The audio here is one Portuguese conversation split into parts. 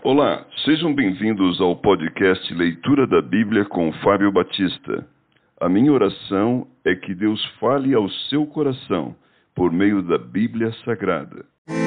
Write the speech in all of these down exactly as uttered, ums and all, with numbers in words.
Olá, sejam bem-vindos ao podcast Leitura da Bíblia com Fábio Batista. A minha oração é que Deus fale ao seu coração por meio da Bíblia Sagrada.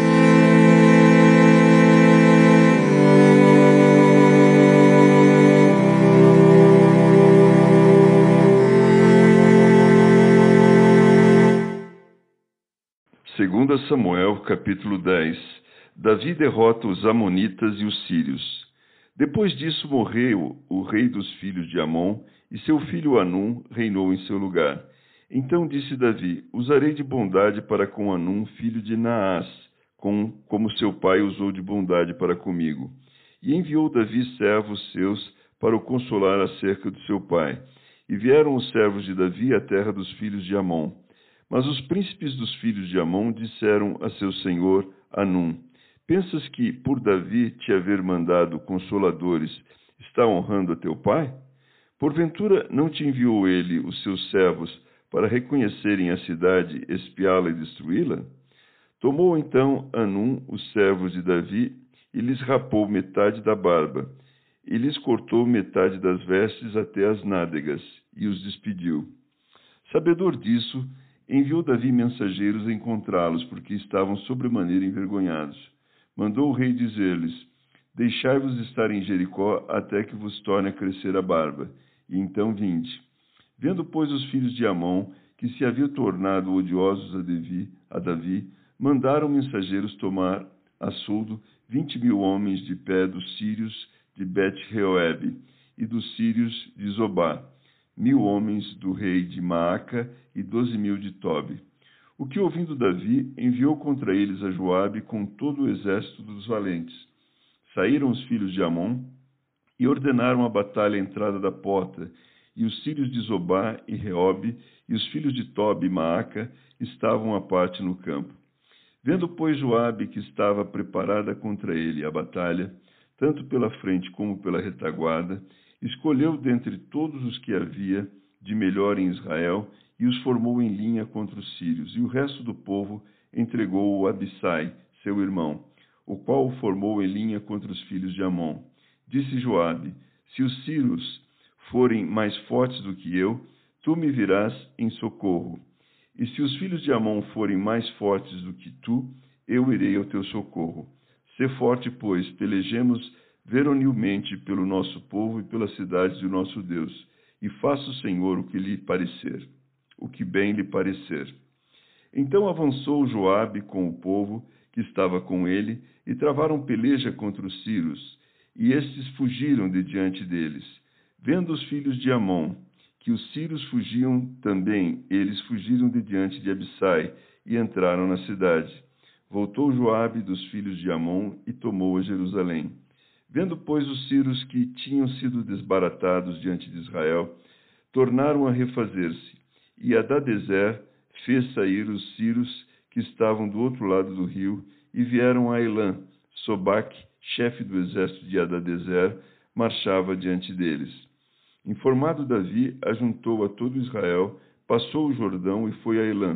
Segunda Samuel, capítulo dez. Davi derrota os amonitas e os sírios. Depois disso morreu o rei dos filhos de Amon, e seu filho Anum reinou em seu lugar. Então disse Davi: Usarei de bondade para com Anum, filho de Naás, com, como seu pai usou de bondade para comigo. E enviou Davi servos seus para o consolar acerca do seu pai. E vieram os servos de Davi à terra dos filhos de Amon. Mas os príncipes dos filhos de Amon disseram a seu senhor Anum: Pensas que, por Davi te haver mandado consoladores, está honrando a teu pai? Porventura não te enviou ele os seus servos para reconhecerem a cidade, espiá-la e destruí-la? Tomou então Anum os servos de Davi e lhes rapou metade da barba, e lhes cortou metade das vestes até as nádegas, e os despediu. Sabedor disso, enviou Davi mensageiros a encontrá-los, porque estavam sobremaneira envergonhados. Mandou o rei dizer-lhes: Deixai-vos estar em Jericó até que vos torne a crescer a barba, e então vinde. Vendo, pois, os filhos de Amon, que se haviam tornado odiosos a Davi, a Davi, mandaram mensageiros tomar a soldo vinte mil homens de pé dos sírios de Bet-Reoebe e dos sírios de Zobá, mil homens do rei de Maaca e doze mil de Tobi. O que, ouvindo Davi, enviou contra eles a Joabe com todo o exército dos valentes. Saíram os filhos de Amon e ordenaram a batalha à entrada da porta, e os sírios de Zobá e Reobe e os filhos de Tobi e Maaca estavam à parte no campo. Vendo, pois, Joabe que estava preparada contra ele a batalha, tanto pela frente como pela retaguarda, escolheu dentre todos os que havia de melhor em Israel e os formou em linha contra os sírios, e o resto do povo entregou-o a Abissai, seu irmão, o qual o formou em linha contra os filhos de Amon. Disse Joabe: Se os sírios forem mais fortes do que eu, tu me virás em socorro. E se os filhos de Amon forem mais fortes do que tu, eu irei ao teu socorro. Sê forte, pois, pelejemos veronilmente pelo nosso povo e pelas cidades do nosso Deus, e faça o Senhor o que lhe parecer, o que bem lhe parecer. Então avançou Joabe com o povo que estava com ele, e travaram peleja contra os sírios, e estes fugiram de diante deles. Vendo os filhos de Amon que os sírios fugiam também, eles fugiram de diante de Abissai e entraram na cidade. Voltou Joabe dos filhos de Amon e tomou a Jerusalém. Vendo, pois, os sírios que tinham sido desbaratados diante de Israel, tornaram a refazer-se, e Hadadezer fez sair os sírios que estavam do outro lado do rio, e vieram a Elã. Sobaque, chefe do exército de Hadadezer, marchava diante deles. Informado Davi, ajuntou a todo Israel, passou o Jordão e foi a Elã.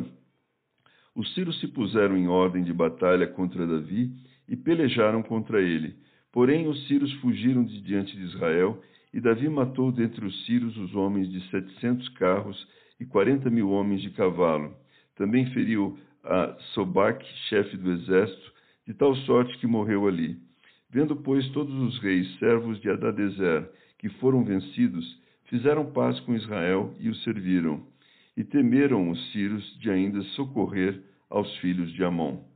Os sírios se puseram em ordem de batalha contra Davi e pelejaram contra ele. Porém, os sírios fugiram de diante de Israel, e Davi matou dentre os sírios os homens de setecentos carros e quarenta mil homens de cavalo. Também feriu a Sobaque, chefe do exército, de tal sorte que morreu ali. Vendo, pois, todos os reis, servos de Hadadezer, que foram vencidos, fizeram paz com Israel e o serviram. E temeram os sírios de ainda socorrer aos filhos de Amon.